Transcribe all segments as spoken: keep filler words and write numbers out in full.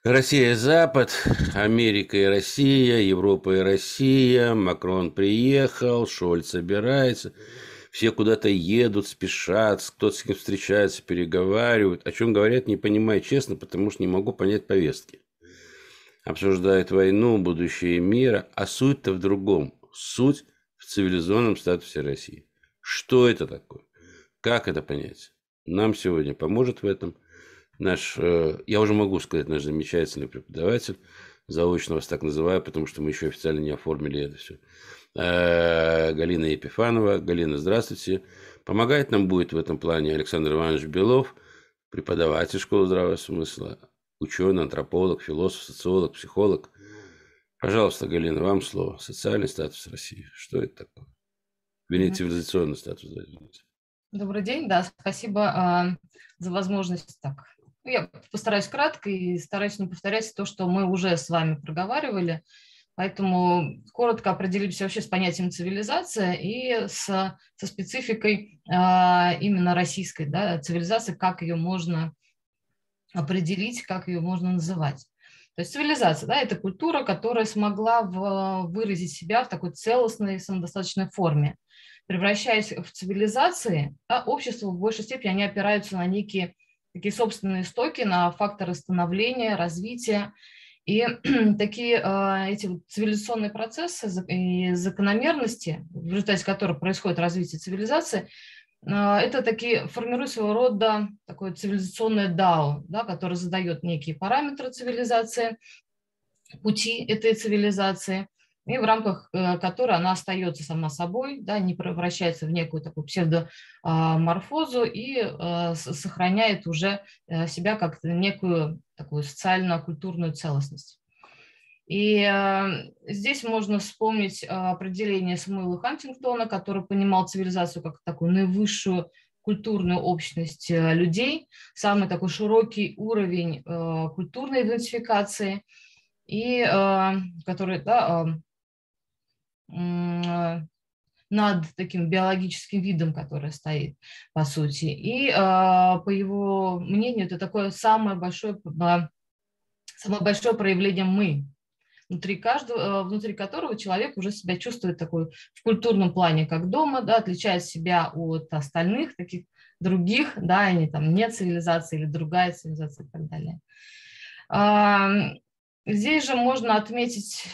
Россия и Запад, Америка и Россия, Европа и Россия, Макрон приехал, Шольц собирается, все куда-то едут, спешат, кто-то с кем встречается, переговаривают. О чем говорят, не понимаю честно, потому что не могу понять повестки. Обсуждают войну, будущее мира, а суть-то в другом. Суть в цивилизованном статусе России. Что это такое? Как это понять? Нам сегодня поможет в этом наш, э, я уже могу сказать, наш замечательный преподаватель, заочно вас так называю, потому что мы еще официально не оформили это все. Галина Епифанова. Галина, здравствуйте. Помогает нам будет в этом плане Александр Иванович Белов, преподаватель школы здравого смысла, ученый, антрополог, философ, социолог, психолог. Пожалуйста, Галина, вам слово. Социальный статус России. Что это такое? Вернее, Мгм. цивилизационный статус. Добрый день, да, спасибо а, за возможность так. Ну, я постараюсь кратко и стараюсь не повторять то, что мы уже с вами проговаривали, поэтому коротко определимся вообще с понятием цивилизация и с, со спецификой а, именно российской, да, цивилизации, как ее можно определить, как ее можно называть. То есть цивилизация, да, это культура, которая смогла в, выразить себя в такой целостной, самодостаточной форме. Превращаясь в цивилизации, да, общество в большей степени они опираются на некие такие собственные истоки, на факторы становления, развития. И такие э, эти вот цивилизационные процессы и закономерности, в результате которых происходит развитие цивилизации, это такие, формируют своего рода такое цивилизационное дао, да, которое задает некие параметры цивилизации, пути этой цивилизации, и в рамках э, которой она остается сама собой, да, не превращается в некую такую псевдоморфозу и э, сохраняет уже э, себя как некую такую социально-культурную целостность. И э, здесь можно вспомнить э, определение Самуэла Хантингтона, который понимал цивилизацию как такую наивысшую культурную общность э, людей, самый такой широкий уровень э, культурной идентификации, и э, который, да, э, э, над таким биологическим видом, который стоит, по сути. И, э, по его мнению, это такое самое большое, э, самое большое проявление «мы», внутри каждого, внутри которого человек уже себя чувствует такой в культурном плане как дома, да, отличает себя от остальных таких других, да, они там не цивилизация или другая цивилизация и так далее. Здесь же можно отметить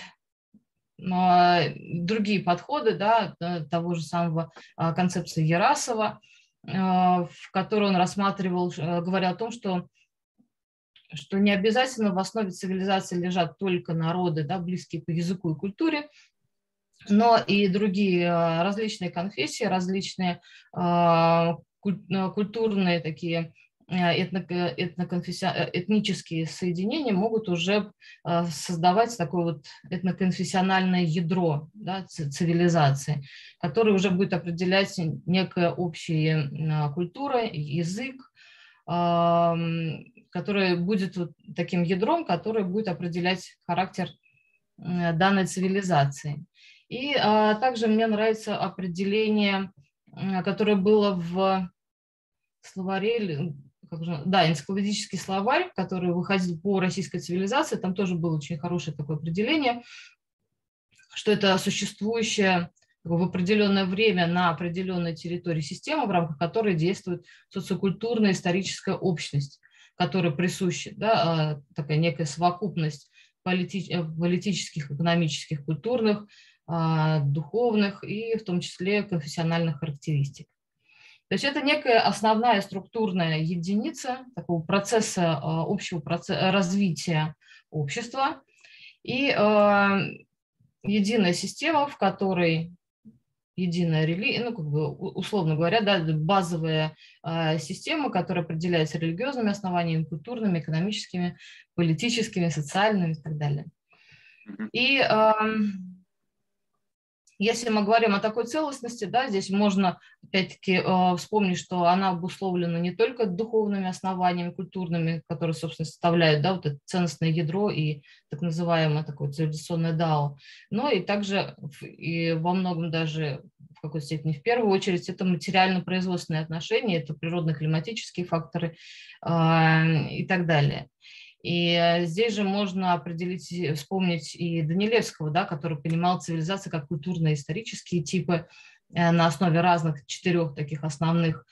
другие подходы, да, того же самого концепции Ярасова, в которой он рассматривал, говоря о том, что что не обязательно в основе цивилизации лежат только народы, да, близкие по языку и культуре, но и другие а, различные конфессии, различные а, культурные такие этнические соединения могут уже создавать такое вот этноконфессиональное ядро, да, цивилизации, которое уже будет определять некая общая культура, язык, которое будет вот таким ядром, которое будет определять характер данной цивилизации. И а, также мне нравится определение, которое было в словаре, как же, да, энциклопедический словарь, который выходил по российской цивилизации, там тоже было очень хорошее такое определение, что это существующая в определенное время на определенной территории системы, в рамках которой действует социокультурная историческая общность, которая присуща, да, такая некая совокупность полити- политических, экономических, культурных, духовных и в том числе конфессиональных характеристик. То есть это некая основная структурная единица такого процесса, общего процесса развития общества и единая система, в которой единая религия, ну, как бы, условно говоря, да, базовая э, система, которая определяется религиозными основаниями, культурными, экономическими, политическими, социальными и так далее. И э, если мы говорим о такой целостности, да, здесь можно, опять-таки, э, вспомнить, что она обусловлена не только духовными основаниями, культурными, которые, собственно, составляют, да, вот это ценностное ядро и так называемое такое цивилизационное дао, но и также и во многом даже в какой-то степени в первую очередь это материально-производственные отношения, это природно-климатические факторы э, и так далее. И здесь же можно определить, вспомнить и Данилевского, да, который понимал цивилизацию как культурно-исторические типы на основе разных четырех таких основных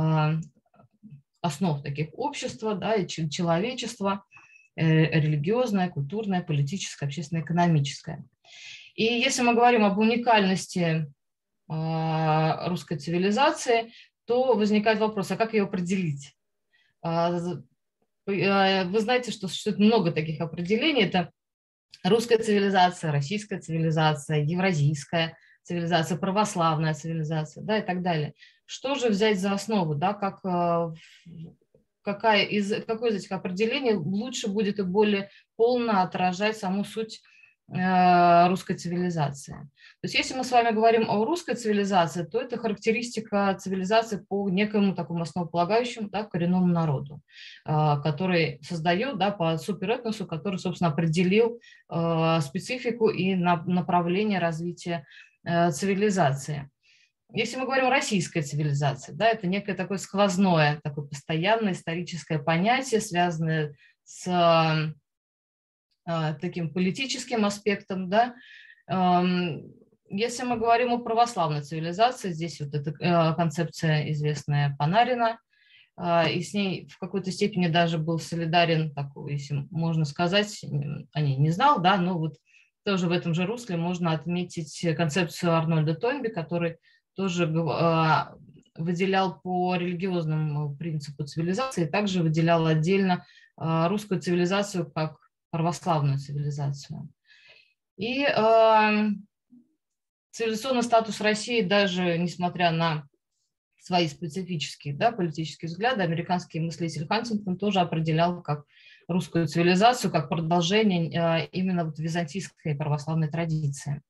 основ таких общества, да, и человечества, религиозное, культурное, политическое, общественно-экономическое. И если мы говорим об уникальности русской цивилизации, то возникает вопрос, а как ее определить? Вы знаете, что существует много таких определений. Это русская цивилизация, российская цивилизация, евразийская цивилизация, православная цивилизация, да, и так далее. Что же взять за основу, да, как, какая из, какое из этих определений лучше будет и более полно отражать саму суть русской цивилизации. То есть если мы с вами говорим о русской цивилизации, то это характеристика цивилизации по некому такому основополагающему, да, коренному народу, который создает, да, по суперэтносу, который, собственно, определил специфику и направление развития цивилизации. Если мы говорим о российской цивилизации, да, это некое такое сквозное, такое постоянное историческое понятие, связанное с таким политическим аспектом, да. Если мы говорим о православной цивилизации, здесь вот эта концепция известная Панарина, и с ней в какой-то степени даже был солидарен, такой, если можно сказать, о ней не знал, да, но вот тоже в этом же русле можно отметить концепцию Арнольда Тойнби, который тоже выделял по религиозному принципу цивилизации, также выделял отдельно русскую цивилизацию как православную цивилизацию. И э, цивилизационный статус России, даже несмотря на свои специфические, да, политические взгляды, американский мыслитель Хантингтон тоже определял как русскую цивилизацию, как продолжение э, именно вот византийской православной традиции.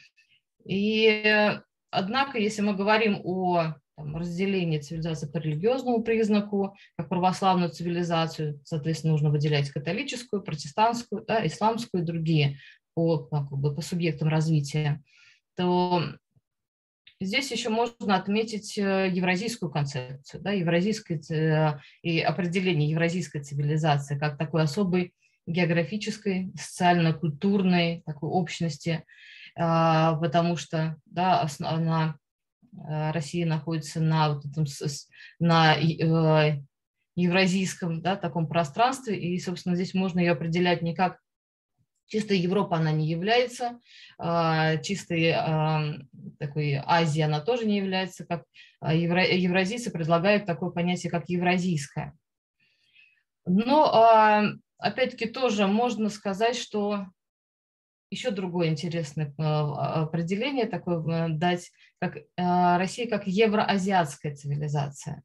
И, однако, если мы говорим о там, разделении цивилизации по религиозному признаку, как православную цивилизацию, соответственно, нужно выделять католическую, протестантскую, да, исламскую и другие по, как бы, по субъектам развития, то здесь еще можно отметить евразийскую концепцию, да, евразийское и определение евразийской цивилизации как такой особой географической, социально-культурной такой общности, потому что, да, она Россия находится на, вот этом, на евразийском, да, таком пространстве, и, собственно, здесь можно ее определять не как чистая Европа, она не является, чистой такой Азии она тоже не является, как евразийцы предлагают такое понятие, как евразийское. Но, опять-таки, тоже можно сказать, что еще другое интересное определение такое дать, как Россия как евроазиатская цивилизация.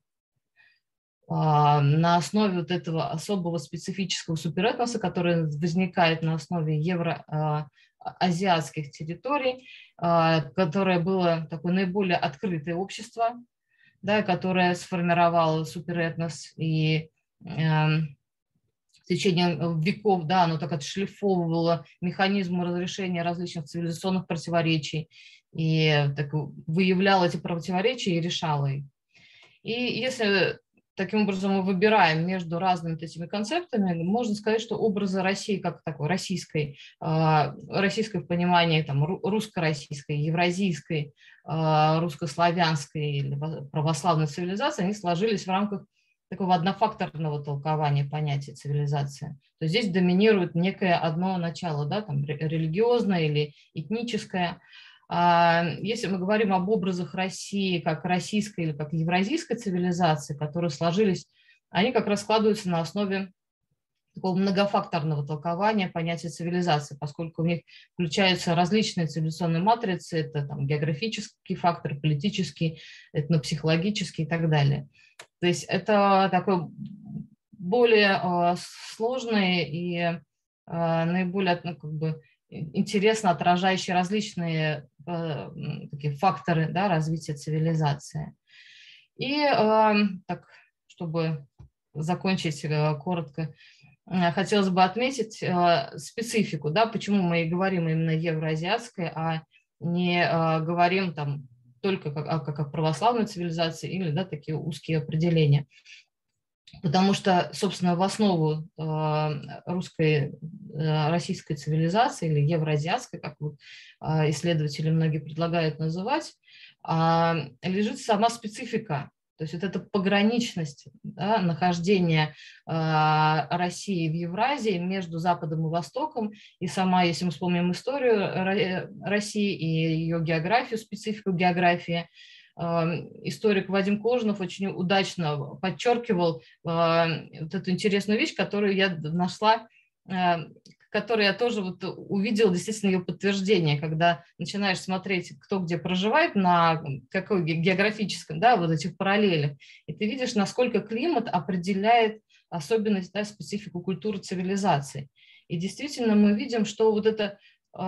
На основе вот этого особого специфического суперэтноса, который возникает на основе евроазиатских территорий, которое было такое наиболее открытое общество, да, которое сформировало суперэтнос и в течение веков, да, оно так отшлифовывало механизмы разрешения различных цивилизационных противоречий и так выявляло эти противоречия и решало их. И если таким образом мы выбираем между разными этими концептами, можно сказать, что образы России как такой российской, российской в понимании там, русско-российской, евразийской, русско-славянской или православной цивилизации, они сложились в рамках такого однофакторного толкования понятия цивилизации. То есть здесь доминирует некое одно начало, да, там, религиозное или этническое. Если мы говорим об образах России как российской или как евразийской цивилизации, которые сложились, они как раз складываются на основе такого многофакторного толкования понятия цивилизации, поскольку у них включаются различные цивилизационные матрицы, это там, географический фактор, политический, этнопсихологический и так далее. То есть это такой более э, сложный и э, наиболее ну, как бы, интересно отражающий различные э, такие факторы, да, развития цивилизации. И э, так, чтобы закончить э, коротко, э, хотелось бы отметить э, специфику, да, почему мы и говорим именно евроазиатское, а не э, говорим там только как, как о православной цивилизации или, да, такие узкие определения. Потому что, собственно, в основу э, русской, э, российской цивилизации или евроазиатской, как вот э, исследователи многие предлагают называть, э, лежит сама специфика. То есть вот эта пограничность, да, нахождения э, России в Евразии между Западом и Востоком, и сама, если мы вспомним историю России и ее географию, специфику географии, историк Вадим Кожинов очень удачно подчеркивал вот эту интересную вещь, которую я нашла, которую я тоже вот увидела действительно ее подтверждение, когда начинаешь смотреть, кто где проживает, на какой географическом, да, вот этих параллелях, и ты видишь, насколько климат определяет особенность, да, специфику культуры цивилизации. И действительно мы видим, что вот это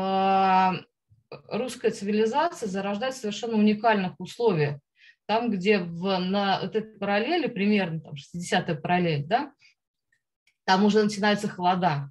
русская цивилизация зарождается в совершенно уникальных условиях. Там, где в, на вот этой параллели, примерно там шестидесятая параллель, да, там уже начинаются холода.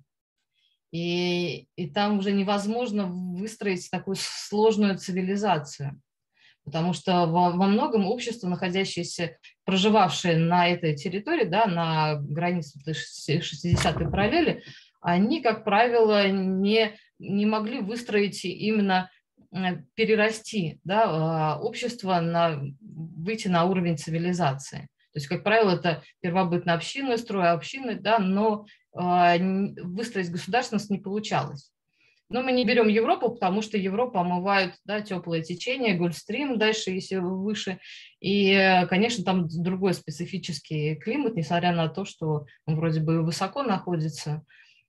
И, и там уже невозможно выстроить такую сложную цивилизацию. Потому что во, во многом общество, находящееся, проживавшее на этой территории, да, на границе шестидесятой параллели, они, как правило, не, не могли выстроить именно, перерасти, да, общество, на, выйти на уровень цивилизации. То есть, как правило, это первобытно-общинный строй, общины, да, но выстроить государственность не получалось. Но мы не берем Европу, потому что Европу омывают, да, теплые течения, Гольфстрим дальше, если выше. И, конечно, там другой специфический климат, несмотря на то, что он вроде бы высоко находится,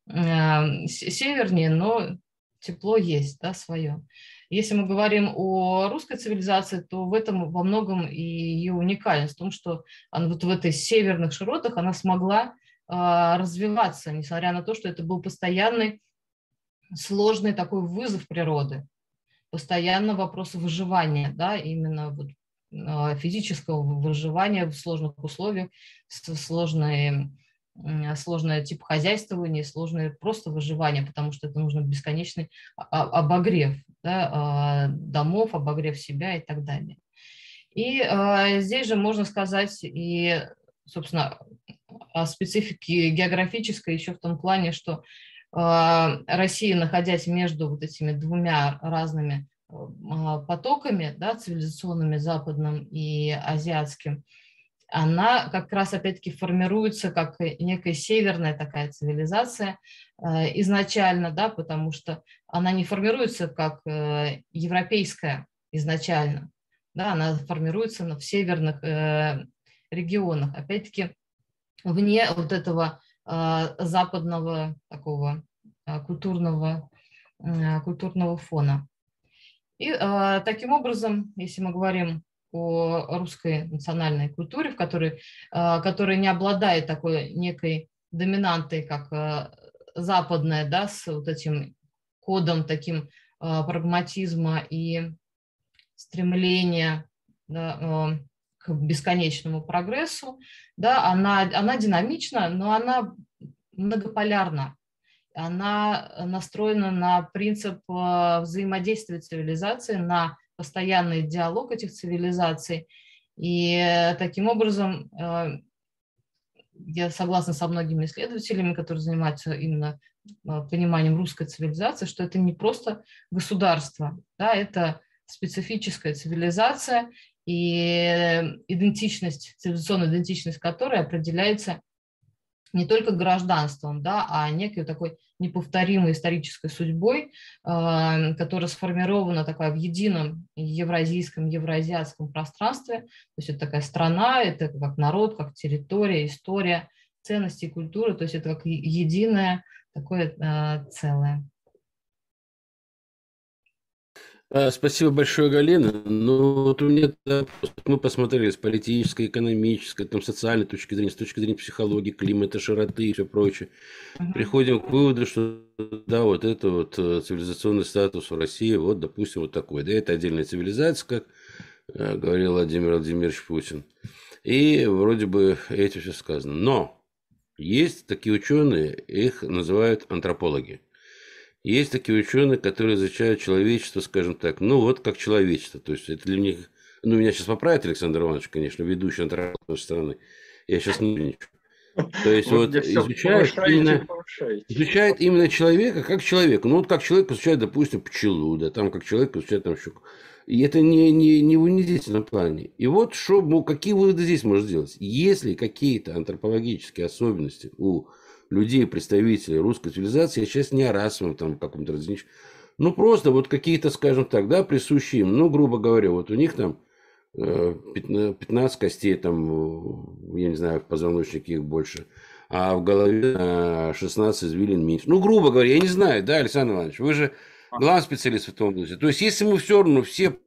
э, севернее, но тепло есть, да, свое. Если мы говорим о русской цивилизации, то в этом во многом и ее уникальность, в том, что она вот в этой северных широтах она смогла э, развиваться, несмотря на то, что это был постоянный сложный такой вызов природы, постоянно вопросы выживания, да, именно вот физического выживания в сложных условиях, сложные, сложное тип хозяйствования, сложное просто выживание, потому что это нужно бесконечный обогрев, да, домов, обогрев себя и так далее. И здесь же можно сказать и, собственно, о специфике географической еще в том плане, что Россия, находясь между вот этими двумя разными потоками, да, цивилизационными, западным и азиатским, она как раз опять-таки формируется как некая северная такая цивилизация изначально, да, потому что она не формируется как европейская изначально, да, она формируется в северных регионах, опять-таки вне вот этого западного такого культурного, культурного фона. И таким образом, если мы говорим о русской национальной культуре, в которой, которая не обладает такой некой доминантой, как западная, да, с вот этим кодом таким прагматизма и стремления, да, к бесконечному прогрессу, да, она, она динамична, но она многополярна. Она настроена на принцип взаимодействия цивилизаций, на постоянный диалог этих цивилизаций. И таким образом я согласна со многими исследователями, которые занимаются именно пониманием русской цивилизации, что это не просто государство, да, это специфическая цивилизация, и идентичность, цивилизационная идентичность которой определяется не только гражданством, да, а некой такой неповторимой исторической судьбой, э, которая сформирована такая в едином евразийском, евроазиатском пространстве. То есть это такая страна, это как народ, как территория, история, ценности и культура, то есть это как единое такое э, целое. Спасибо большое, Галина. Ну, вот у меня вопрос. Мы посмотрели с политической, экономической, там, социальной точки зрения, с точки зрения психологии, климата, широты и все прочее. Uh-huh. Приходим к выводу, что да, вот это вот цивилизационный статус в России, вот, допустим, вот такой. Да, это отдельная цивилизация, как говорил Владимир Владимирович Путин. И вроде бы этим все сказано. Но есть такие ученые, их называют антропологи. Есть такие ученые, которые изучают человечество, скажем так, ну вот как человечество. То есть это для них, ну меня сейчас поправит Александр Иванович, конечно, ведущий антрополог нашей страны. Я сейчас не ничего. То есть Вы вот мне все изучает повышаете, именно, повышаете. изучает именно человека как человека. Ну вот как человек изучает, допустим, пчелу, да, там как человек изучает там щуку. И это не, не, не в унизительном плане. И вот что, ну, какие выводы здесь можно сделать? Если какие-то антропологические особенности у людей, представителей русской цивилизации, я сейчас не о расовом там каком-то различии, ну просто вот какие-то, скажем так, да, присущие им, ну, грубо говоря, вот у них там э, пятнадцать костей, там, э, я не знаю, в позвоночнике их больше, а в голове э, шестнадцать извилин меньше. Ну, грубо говоря, я не знаю, да, Александр Иванович, вы же Ага. главный специалист в этом области. То есть, если мы все равно все...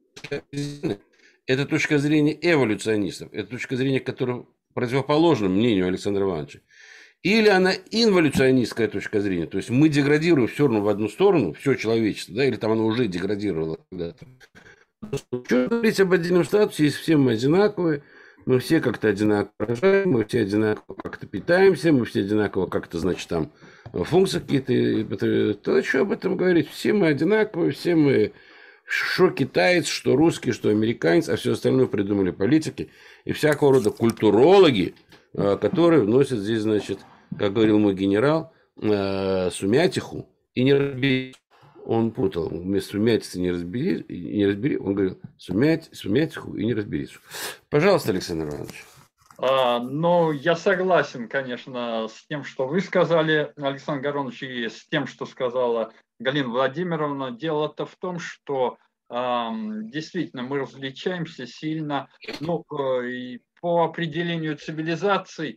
Это точка зрения эволюционистов, это точка зрения, которая противоположна мнению Александра Ивановича. Или она инволюционистская точка зрения, то есть мы деградируем все равно в одну сторону, все человечество, да, или там оно уже деградировало когда-то. Что говорить об отдельном статусе, если все мы одинаковые, мы все как-то одинаково рожаем, мы все одинаково как-то питаемся, мы все одинаково как-то, значит, там функции какие-то, то что об этом говорить? Все мы одинаковые, все мы что китаец, что русский, что американец, а все остальное придумали политики и всякого рода культурологи, которые вносят здесь, значит, как говорил мой генерал, сумятиху и не разберись. Он путал, вместо сумятицы не разбери, не разбери, он говорил сумять, сумятиху и не разберись. Пожалуйста, Александр Иванович. А, ну, я согласен, конечно, с тем, что вы сказали, Александр Горович, и с тем, что сказала Галина Владимировна. Дело-то в том, что э, действительно мы различаемся сильно, ну, э, и по определению цивилизаций.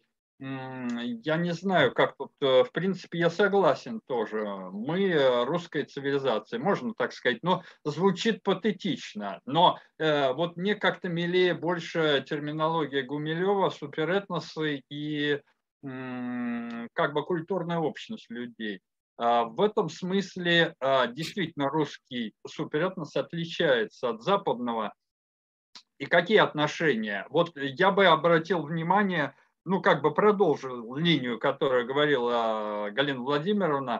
Я не знаю, как тут, в принципе, я согласен тоже. Мы русская цивилизация, можно так сказать, но звучит патетично. Но э, вот мне как-то милее больше терминология Гумилева, суперэтносы и м, как бы культурная общность людей. А в этом смысле а, действительно русский суперэтнос отличается от западного. И какие отношения? Вот я бы обратил внимание, ну, как бы продолжил линию, которую говорила Галина Владимировна,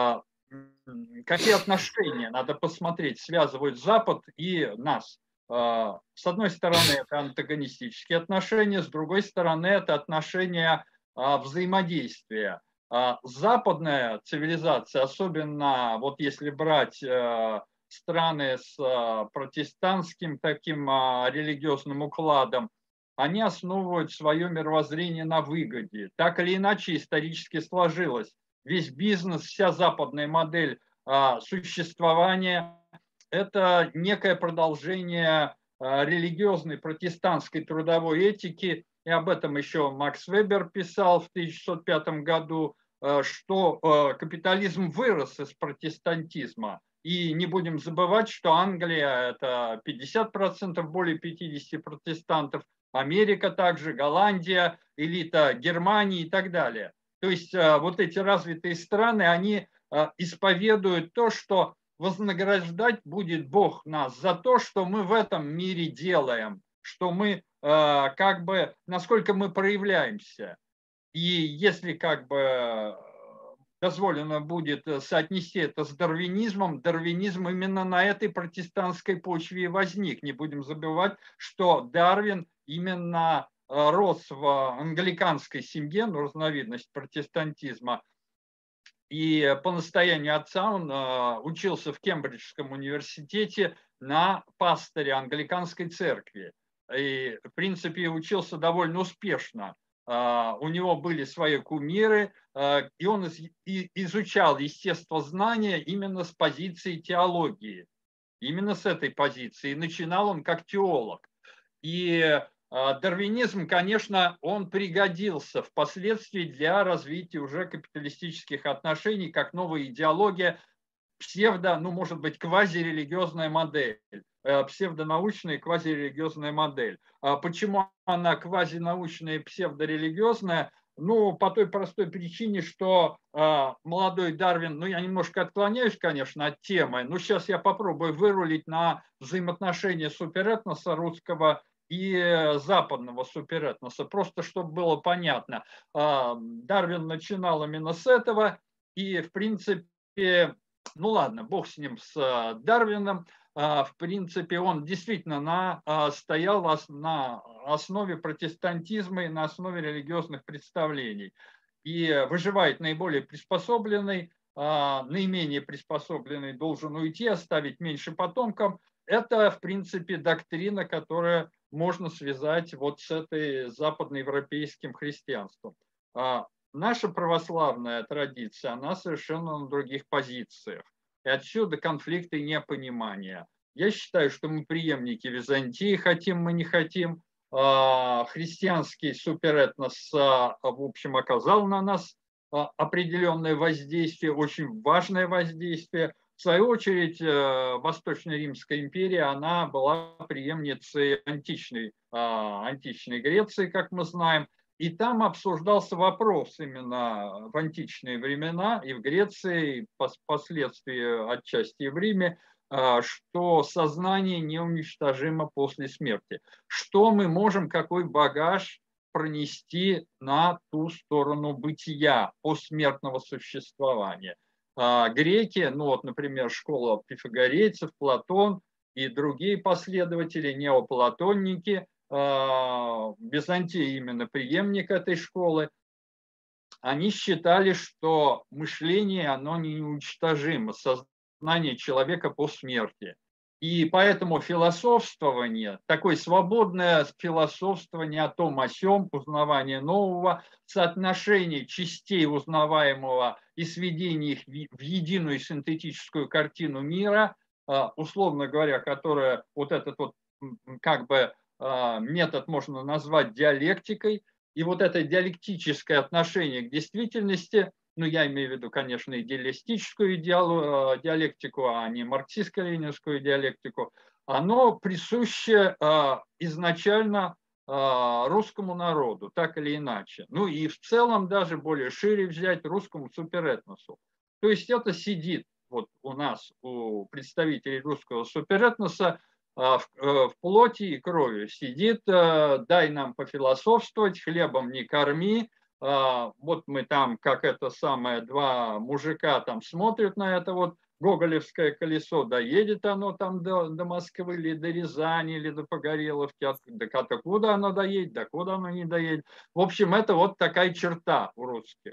какие отношения, надо посмотреть, связывают Запад и нас. С одной стороны, это антагонистические отношения, с другой стороны, это отношения взаимодействия. Западная цивилизация, особенно вот если брать страны с протестантским таким религиозным укладом, они основывают свое мировоззрение на выгоде. Так или иначе исторически сложилось. Весь бизнес, вся западная модель существования – это некое продолжение религиозной протестантской трудовой этики. И об этом еще Макс Вебер писал в тысяча шестьсот пятом году, что капитализм вырос из протестантизма. И не будем забывать, что Англия – это пятьдесят процентов, более пятидесяти протестантов, Америка также, Голландия, элита Германии и так далее. То есть вот эти развитые страны, они исповедуют то, что вознаграждать будет Бог нас за то, что мы в этом мире делаем, что мы как бы, насколько мы проявляемся. И если как бы дозволено будет соотнести это с дарвинизмом, дарвинизм именно на этой протестантской почве и возник. Не будем забывать, что Дарвин именно рос в англиканской семье, ну, разновидность протестантизма, и по настоянию отца он учился в Кембриджском университете на пасторе англиканской церкви. И, в принципе, учился довольно успешно. У него были свои кумиры, и он изучал естествознание именно с позиции теологии. Именно с этой позиции. И начинал он как теолог. И дарвинизм, конечно, он пригодился впоследствии для развития уже капиталистических отношений, как новая идеология, псевдо, ну, может быть, квазирелигиозная модель, псевдонаучная квазирелигиозная модель. Почему она квазинаучная и псевдорелигиозная? Ну, по той простой причине, что молодой Дарвин, ну, я немножко отклоняюсь, конечно, от темы, но сейчас я попробую вырулить на взаимоотношения суперэтноса русского и западного суперэтноса, просто чтобы было понятно. Дарвин начинал именно с этого, и, в принципе, ну ладно, бог с ним, с Дарвином. в принципе, он действительно на, стоял на основе протестантизма и на основе религиозных представлений. И выживает наиболее приспособленный, наименее приспособленный должен уйти, оставить меньше потомкам. Это, в принципе, доктрина, которая можно связать вот с этой западноевропейским христианством. Наша православная традиция, она совершенно на других позициях. И отсюда конфликты и непонимания. Я считаю, что мы преемники Византии, хотим мы не хотим. Христианский суперэтнос, в общем, оказал на нас определенное воздействие, очень важное воздействие. В свою очередь, Восточная Римская империя, она была преемницей античной, античной Греции, как мы знаем. И там обсуждался вопрос именно в античные времена и в Греции, и впоследствии отчасти и в Риме, что сознание неуничтожимо после смерти. Что мы можем, какой багаж пронести на ту сторону бытия, посмертного существования. Греки, ну вот, например, школа пифагорейцев, Платон и другие последователи, неоплатонники, Византия именно преемник этой школы, они считали, что мышление, оно неуничтожимо, сознание человека по смерти. И поэтому философствование, такое свободное философствование о том, о сём, узнавание нового, соотношение частей узнаваемого и сведение их в единую синтетическую картину мира, условно говоря, которая вот этот вот как бы метод можно назвать диалектикой, и вот это диалектическое отношение к действительности, ну, я имею в виду, конечно, идеалистическую диалектику, а не марксистско-ленинскую диалектику, оно присуще изначально русскому народу, так или иначе. Ну и в целом даже более шире взять русскому суперэтносу. То есть это сидит вот у нас, у представителей русского суперэтноса, в плоти и крови сидит, дай нам пофилософствовать, хлебом не корми. Вот мы там, как это самое, два мужика там смотрят на это вот гоголевское колесо, доедет оно там до, до Москвы, или до Рязани, или до Погореловки, да куда оно доедет, да куда оно не доедет. В общем, это вот такая черта у русских.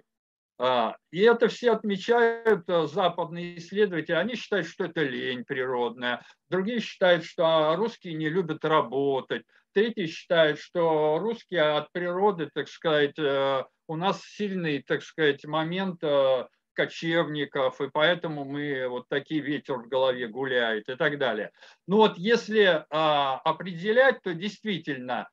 И это все отмечают западные исследователи. Они считают, что это лень природная. Другие считают, что русские не любят работать. Третьи считают, что русские от природы, так сказать, у нас сильный, так сказать, момент кочевников, и поэтому мы вот такие, ветер в голове гуляет и так далее. Ну вот если определять, то действительно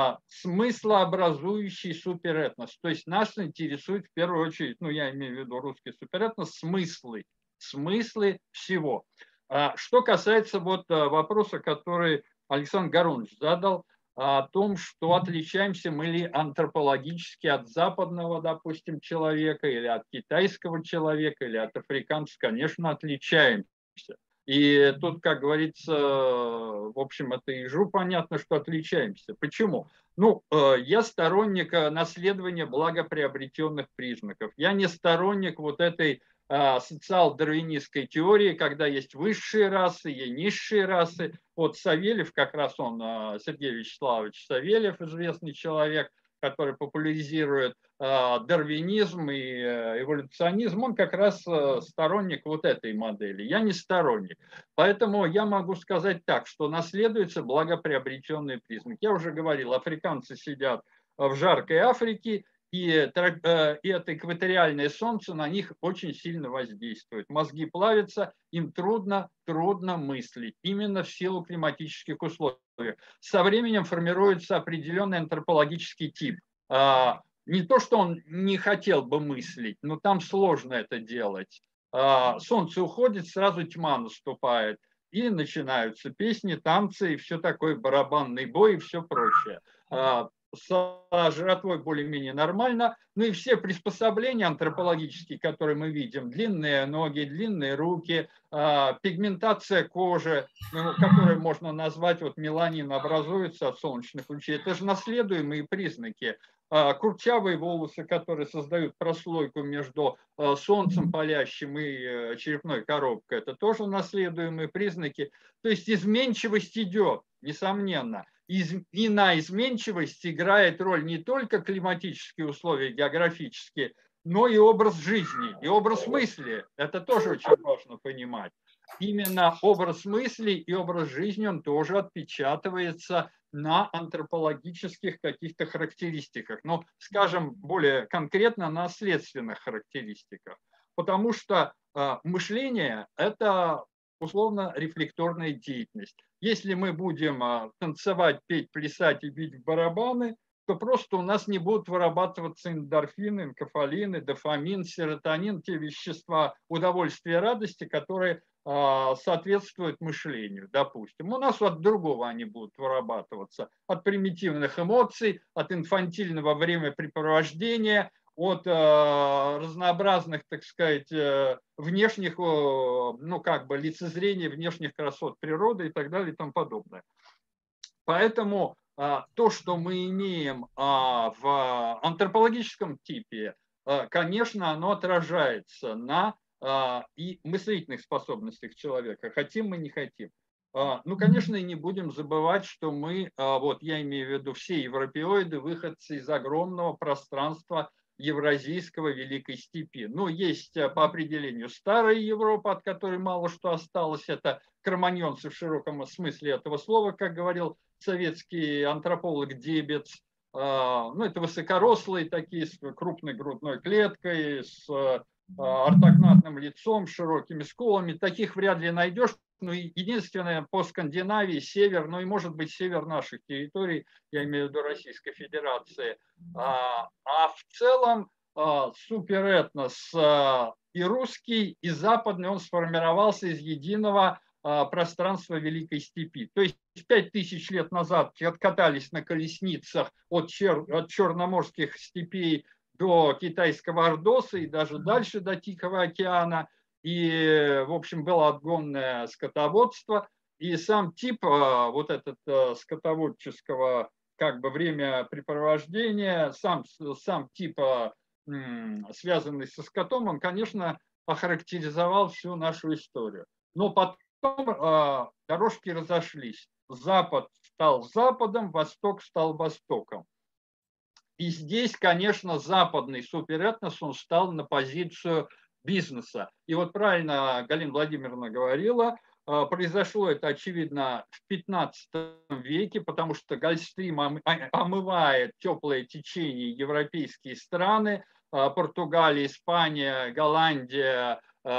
смыслообразующий суперэтнос. То есть нас интересует в первую очередь, ну я имею в виду русский суперэтнос, смыслы, смыслы всего. Что касается вот вопроса, который Александр Гарунович задал, о том, что отличаемся мы ли антропологически от западного, допустим, человека, или от китайского человека, или от африканца, конечно, отличаемся. И тут, как говорится, в общем, это ежу понятно, что отличаемся. Почему? Ну, я сторонник наследования благоприобретенных признаков. Я не сторонник вот этой социал-дарвинистской теории, когда есть высшие расы, есть низшие расы. Вот Савельев, как раз он, Сергей Вячеславович Савельев, известный человек, который популяризирует дарвинизм и эволюционизм, он как раз сторонник вот этой модели. Я не сторонник. Поэтому я могу сказать так, что наследуются благоприобретенные признаки. Я уже говорил, африканцы сидят в жаркой Африке, и это экваториальное солнце на них очень сильно воздействует. Мозги плавятся, им трудно, трудно мыслить, именно в силу климатических условий. Со временем формируется определенный антропологический тип. Не то, что он не хотел бы мыслить, но там сложно это делать. Солнце уходит, сразу тьма наступает, и начинаются песни, танцы, и все такое, барабанный бой и все прочее. С жратвой более-менее нормально. Ну и все приспособления антропологические, которые мы видим, длинные ноги, длинные руки, пигментация кожи, ну, которую можно назвать, вот меланин образуется от солнечных лучей, это же наследуемые признаки. курчавые волосы, которые создают прослойку между солнцем палящим и черепной коробкой. Это тоже наследуемые признаки. То есть изменчивость идет, несомненно. И на изменчивость играет роль не только климатические условия, географические, но и образ жизни, и образ мысли. Это тоже очень важно понимать. Именно образ мысли и образ жизни, он тоже отпечатывается на антропологических каких-то характеристиках. Но, скажем, более конкретно на следственных характеристиках. Потому что э, мышление – это условно-рефлекторная деятельность. Если мы будем э, танцевать, петь, плясать и бить в барабаны, то просто у нас не будут вырабатываться эндорфины, энкефалины, дофамин, серотонин, те вещества удовольствия и радости, которые соответствуют мышлению, допустим. У нас от другого они будут вырабатываться. От примитивных эмоций, от инфантильного времяпрепровождения, от э, разнообразных, так сказать, э, внешних, э, ну как бы лицезрений внешних красот природы и так далее и тому подобное. Поэтому э, то, что мы имеем э, в антропологическом типе, э, конечно, оно отражается на и мыслительных способностях человека, хотим мы, не хотим. Ну, конечно, и не будем забывать, что мы, вот я имею в виду все европеоиды, выходцы из огромного пространства евразийского Великой Степи. Ну, есть по определению старая Европа, от которой мало что осталось, это кроманьонцы в широком смысле этого слова, как говорил советский антрополог Дебец. Ну, это высокорослые такие, с крупной грудной клеткой, с ортогнатным лицом, широкими скулами. Таких вряд ли найдешь. Ну, единственное, по Скандинавии, север, ну и, может быть, север наших территорий, я имею в виду Российской Федерации. А, а в целом суперэтнос и русский, и западный, он сформировался из единого пространства Великой Степи. То есть пять тысяч лет назад откатались на колесницах от, чер, от черноморских степей до китайского Ордоса и даже дальше до Тихого океана. И, в общем, было отгонное скотоводство. И сам тип вот этот скотоводческого как бы времяпрепровождения, сам, сам тип, связанный со скотом, он, конечно, охарактеризовал всю нашу историю. Но потом дорожки разошлись. Запад стал Западом, Восток стал Востоком. И здесь, конечно, западный суперэтнос, он стал на позицию бизнеса. И вот правильно Галина Владимировна говорила, произошло это, очевидно, в пятнадцатом веке, потому что Гольфстрим омывает теплое течение европейские страны, Португалия, Испания, Голландия,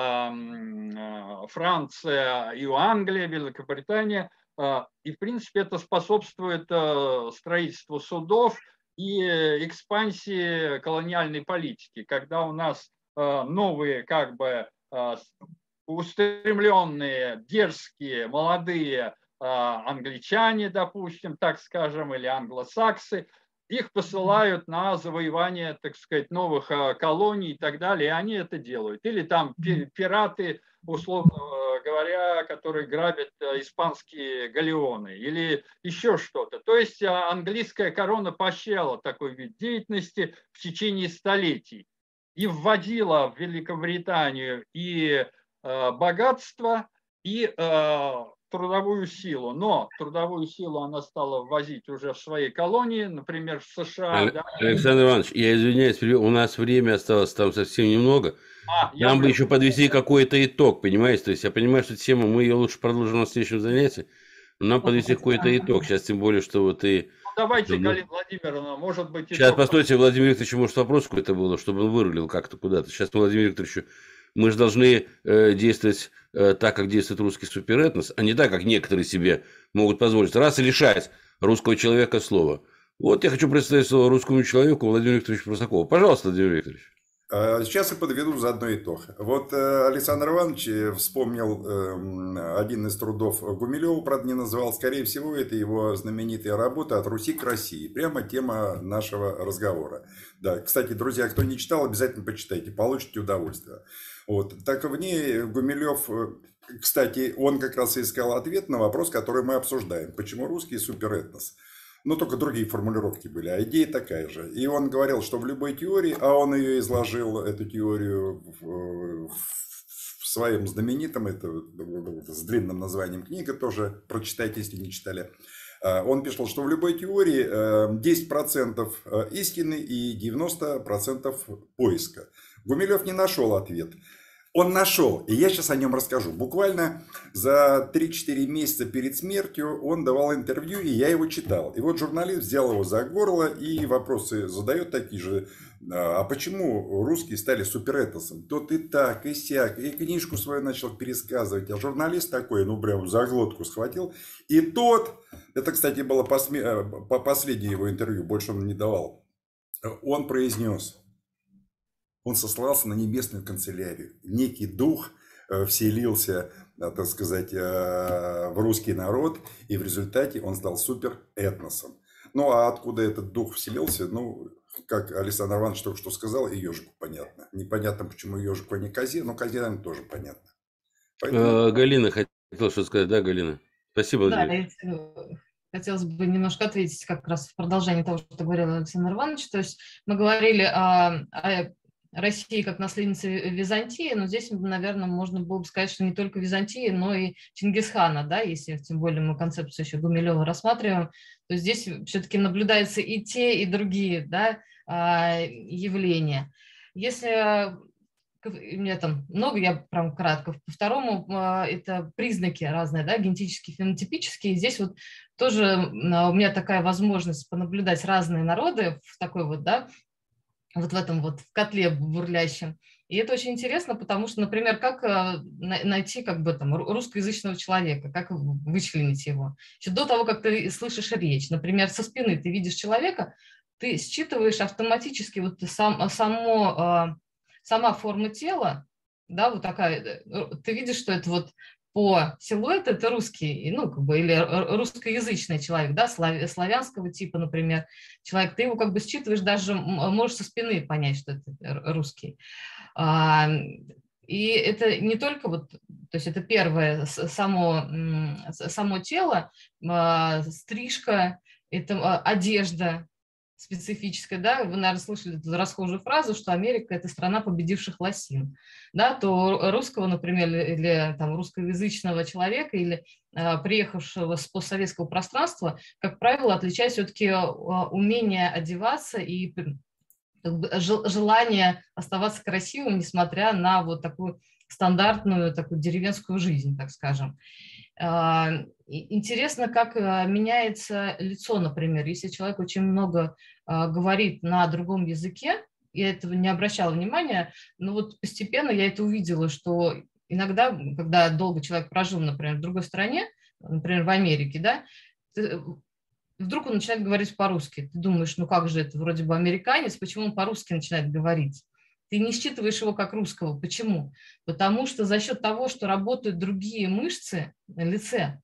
Франция и Англия, Великобритания. И, в принципе, это способствует строительству судов и экспансии колониальной политики, когда у нас новые, как бы, устремленные, дерзкие, молодые англичане, допустим, так скажем, или англосаксы, их посылают на завоевание, так сказать, новых колоний и так далее, и они это делают. Или там пираты, условно говоря, которые грабят испанские галеоны, или еще что-то. То есть английская корона поощряла такой вид деятельности в течение столетий и вводила в Великобританию и богатство, и трудовую силу. Но трудовую силу она стала ввозить уже в свои колонии, например, в США. Да? Александр Иванович, я извиняюсь, у нас время осталось там совсем немного. А, Нам бы еще подвести какой-то итог, понимаете? То есть я понимаю, что тему мы ее лучше продолжим на следующем занятии, но нам подвести какой-то итог. Сейчас тем более, что вот и... Ну, давайте, ну, Галина Владимировна, может быть... Сейчас, итог... постойте, Владимир Викторович, может, вопрос какой-то был, чтобы он вырулил как-то куда-то. Сейчас, Владимир Викторович, мы же должны э, действовать э, так, как действует русский суперэтнос, а не так, как некоторые себе могут позволить. Раз и лишать русского человека слова. Вот я хочу представить слово русскому человеку Владимиру Викторовичу Прусакову. Пожалуйста, Владимир Викторович. Сейчас я подведу заодно итог. Вот Александр Иванович вспомнил один из трудов Гумилева, правда, не называл. Скорее всего, это его знаменитая работа «От Руси к России». Прямо тема нашего разговора. Да, кстати, друзья, кто не читал, обязательно почитайте, получите удовольствие. Вот. Так в ней Гумилев, кстати, он как раз искал ответ на вопрос, который мы обсуждаем. Почему русский суперэтнос? но только другие формулировки были, а идея такая же. И он говорил, что в любой теории, а он ее изложил, эту теорию, в, в своем знаменитом, это, с длинным названием книга, тоже прочитайте, если не читали. Он писал, что в любой теории десять процентов истины и девяносто процентов поиска. Гумилев не нашел ответ. Он нашел, и я сейчас о нем расскажу. Буквально за три-четыре месяца перед смертью он давал интервью, и я его читал. И вот журналист взял его за горло и вопросы задает такие же. А почему русские стали суперэтосом? Тот и так, и сяк, и книжку свою начал пересказывать. А журналист такой, ну прям за глотку схватил. И тот, это, кстати, было посме... последнее его интервью, больше он не давал. Он произнес... Он сослался на небесную канцелярию. Некий дух вселился, так сказать, в русский народ, и в результате он стал суперэтносом. Ну, а откуда этот дух вселился, ну, как Александр Иванович только что сказал, и ежику понятно. Непонятно, почему ежику, а не козе, но козе, наверное, тоже понятно. Поэтому... Галина хотела что сказать, да, Галина? Спасибо. Да, хотелось бы немножко ответить как раз в продолжении того, что говорил Александр Иванович. То есть мы говорили о, о России как наследницы Византии, но здесь, наверное, можно было бы сказать, что не только Византии, но и Чингисхана, да, если тем более мы концепцию еще Гумилева рассматриваем, то здесь все-таки наблюдаются и те, и другие, да, явления. Если у меня там много, я прям кратко. По второму, это признаки разные, да, генетические, фенотипические. Здесь вот тоже у меня такая возможность понаблюдать разные народы в такой вот, да, вот в этом вот в котле бурлящем. И это очень интересно, потому что, например, как найти как бы там русскоязычного человека, как вычленить его. Еще до того, как ты слышишь речь, например, со спины ты видишь человека, ты считываешь автоматически вот сам, само, сама форма тела, да, вот такая, ты видишь, что это вот по силуэту это русский, ну, как бы, или русскоязычный человек, да, славянского типа, например, человек, ты его как бы считываешь, даже можешь со спины понять, что это русский. И это не только вот, то есть это первое, само, само тело, стрижка, это одежда специфическая, да, вы, наверное, слышали эту расхожую фразу, что Америка – это страна победивших лосин, да, то русского, например, или там русскоязычного человека, или а, приехавшего с постсоветского пространства, как правило, отличает все-таки умение одеваться и желание оставаться красивым, несмотря на вот такую стандартную такую деревенскую жизнь, так скажем. Интересно, как меняется лицо, например, если человек очень много говорит на другом языке, я этого не обращала внимания, но вот постепенно я это увидела, что иногда, когда долго человек прожил, например, в другой стране, например, в Америке, да, вдруг он начинает говорить по-русски. Ты думаешь, ну как же это, вроде бы американец, почему он по-русски начинает говорить? Ты не считываешь его как русского. Почему? Потому что за счет того, что работают другие мышцы на лице,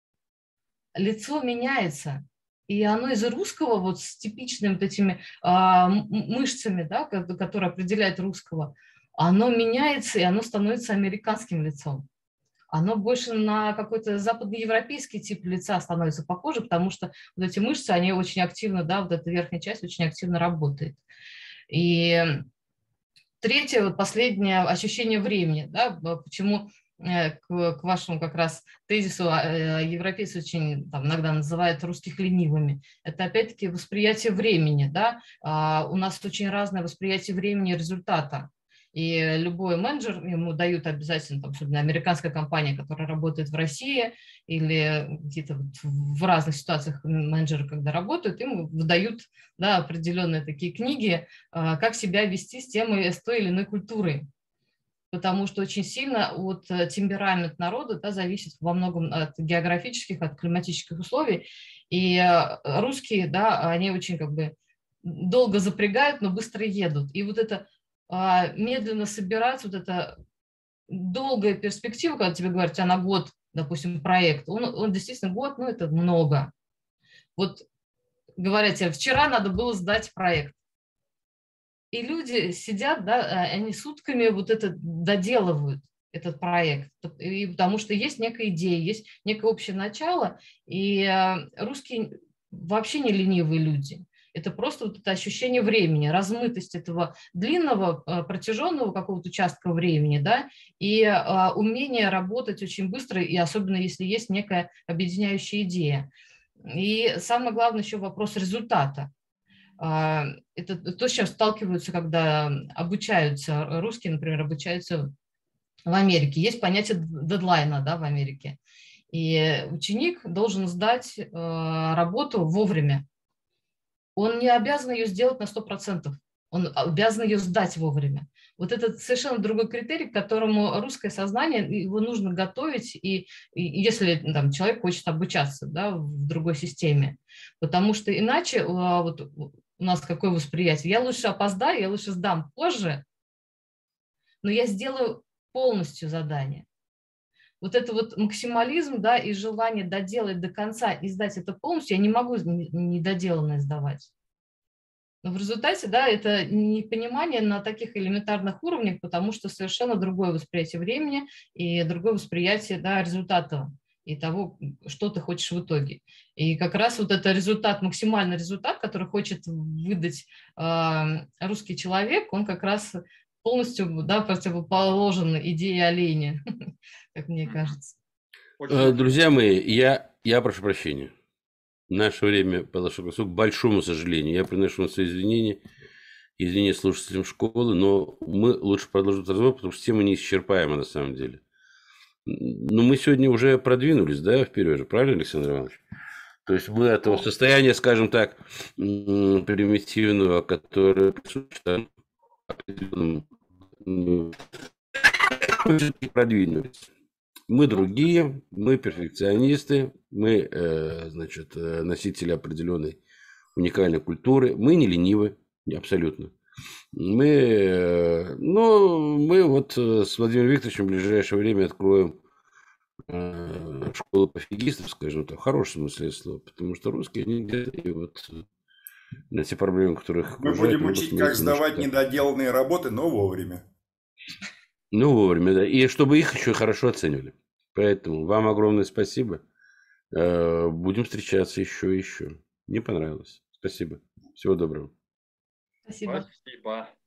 лицо меняется. И оно из русского, вот с типичными вот этими а, мышцами, да, которые определяют русского, оно меняется, и оно становится американским лицом. Оно больше на какой-то западноевропейский тип лица становится похоже, потому что вот эти мышцы, они очень активно, да, вот эта верхняя часть очень активно работает. И третье, вот последнее, ощущение времени, да, почему к, к вашему как раз тезису европейцы очень там, иногда называют русских ленивыми. Это опять-таки восприятие времени, да, у нас очень разное восприятие времени и результата. И любой менеджер, ему дают обязательно, там, особенно американская компания, которая работает в России, или где-то вот в разных ситуациях менеджеры, когда работают, им выдают, да, определенные такие книги, как себя вести с темой, с той или иной культурой. Потому что очень сильно от темперамента народа, да, зависит во многом от географических, от климатических условий. И русские, да, они очень как бы долго запрягают, но быстро едут. И вот это медленно собираться, вот эта долгая перспектива, когда тебе говорят, у тебя на год, допустим, проект, он, он действительно год, ну это много. Вот говорят тебе, вчера надо было сдать проект. И люди сидят, да, они сутками вот это доделывают, этот проект, и потому что есть некая идея, есть некое общее начало, и русские вообще не ленивые люди. Это просто вот это ощущение времени, размытость этого длинного, протяженного какого-то участка времени, да, и а, умение работать очень быстро, и особенно если есть некая объединяющая идея. И самое главное еще вопрос результата. А, это то, с чем сталкиваются, когда обучаются, русские, например, обучаются в Америке. Есть понятие дедлайна, да, в Америке. И ученик должен сдать э, работу вовремя. Он не обязан ее сделать на сто процентов. Он обязан ее сдать вовремя. Вот это совершенно другой критерий, к которому русское сознание, его нужно готовить, и, и если там, человек хочет обучаться, да, в другой системе. Потому что иначе вот, у нас какое восприятие? Я лучше опоздаю, я лучше сдам позже, но я сделаю полностью задание. Вот это вот максимализм, да, и желание доделать до конца и сдать это полностью, я не могу недоделанное сдавать. Но в результате, да, это непонимание на таких элементарных уровнях, потому что совершенно другое восприятие времени и другое восприятие, да, результата и того, что ты хочешь в итоге. И как раз вот это результат, максимальный результат, который хочет выдать э, русский человек, он как раз полностью, да, противоположен идее оленя, как мне кажется. Друзья мои, я, я прошу прощения. Наше время подошло к большому сожалению. Я приношу свои извинения, извинения слушателям школы, но мы лучше продолжим разговор, потому что тема неисчерпаема на самом деле. Но мы сегодня уже продвинулись, да, вперед же, правильно, Александр Иванович? То есть мы от этого состояния, скажем так, примитивного, которое присутствует, продвинулись. Мы другие, мы перфекционисты, мы, значит, носители определенной уникальной культуры, мы не ленивы, абсолютно. Мы, ну, мы вот с Владимиром Викторовичем в ближайшее время откроем школу пофигистов, скажем так, в хорошем смысле слова, потому что русские, они и вот на те проблемы, которых... Мы будем учить, как сдавать недоделанные работы, но вовремя. Ну, вовремя, да. И чтобы их еще хорошо оценивали. Поэтому вам огромное спасибо. Будем встречаться еще и еще. Мне понравилось. Спасибо. Всего доброго. Спасибо. Спасибо.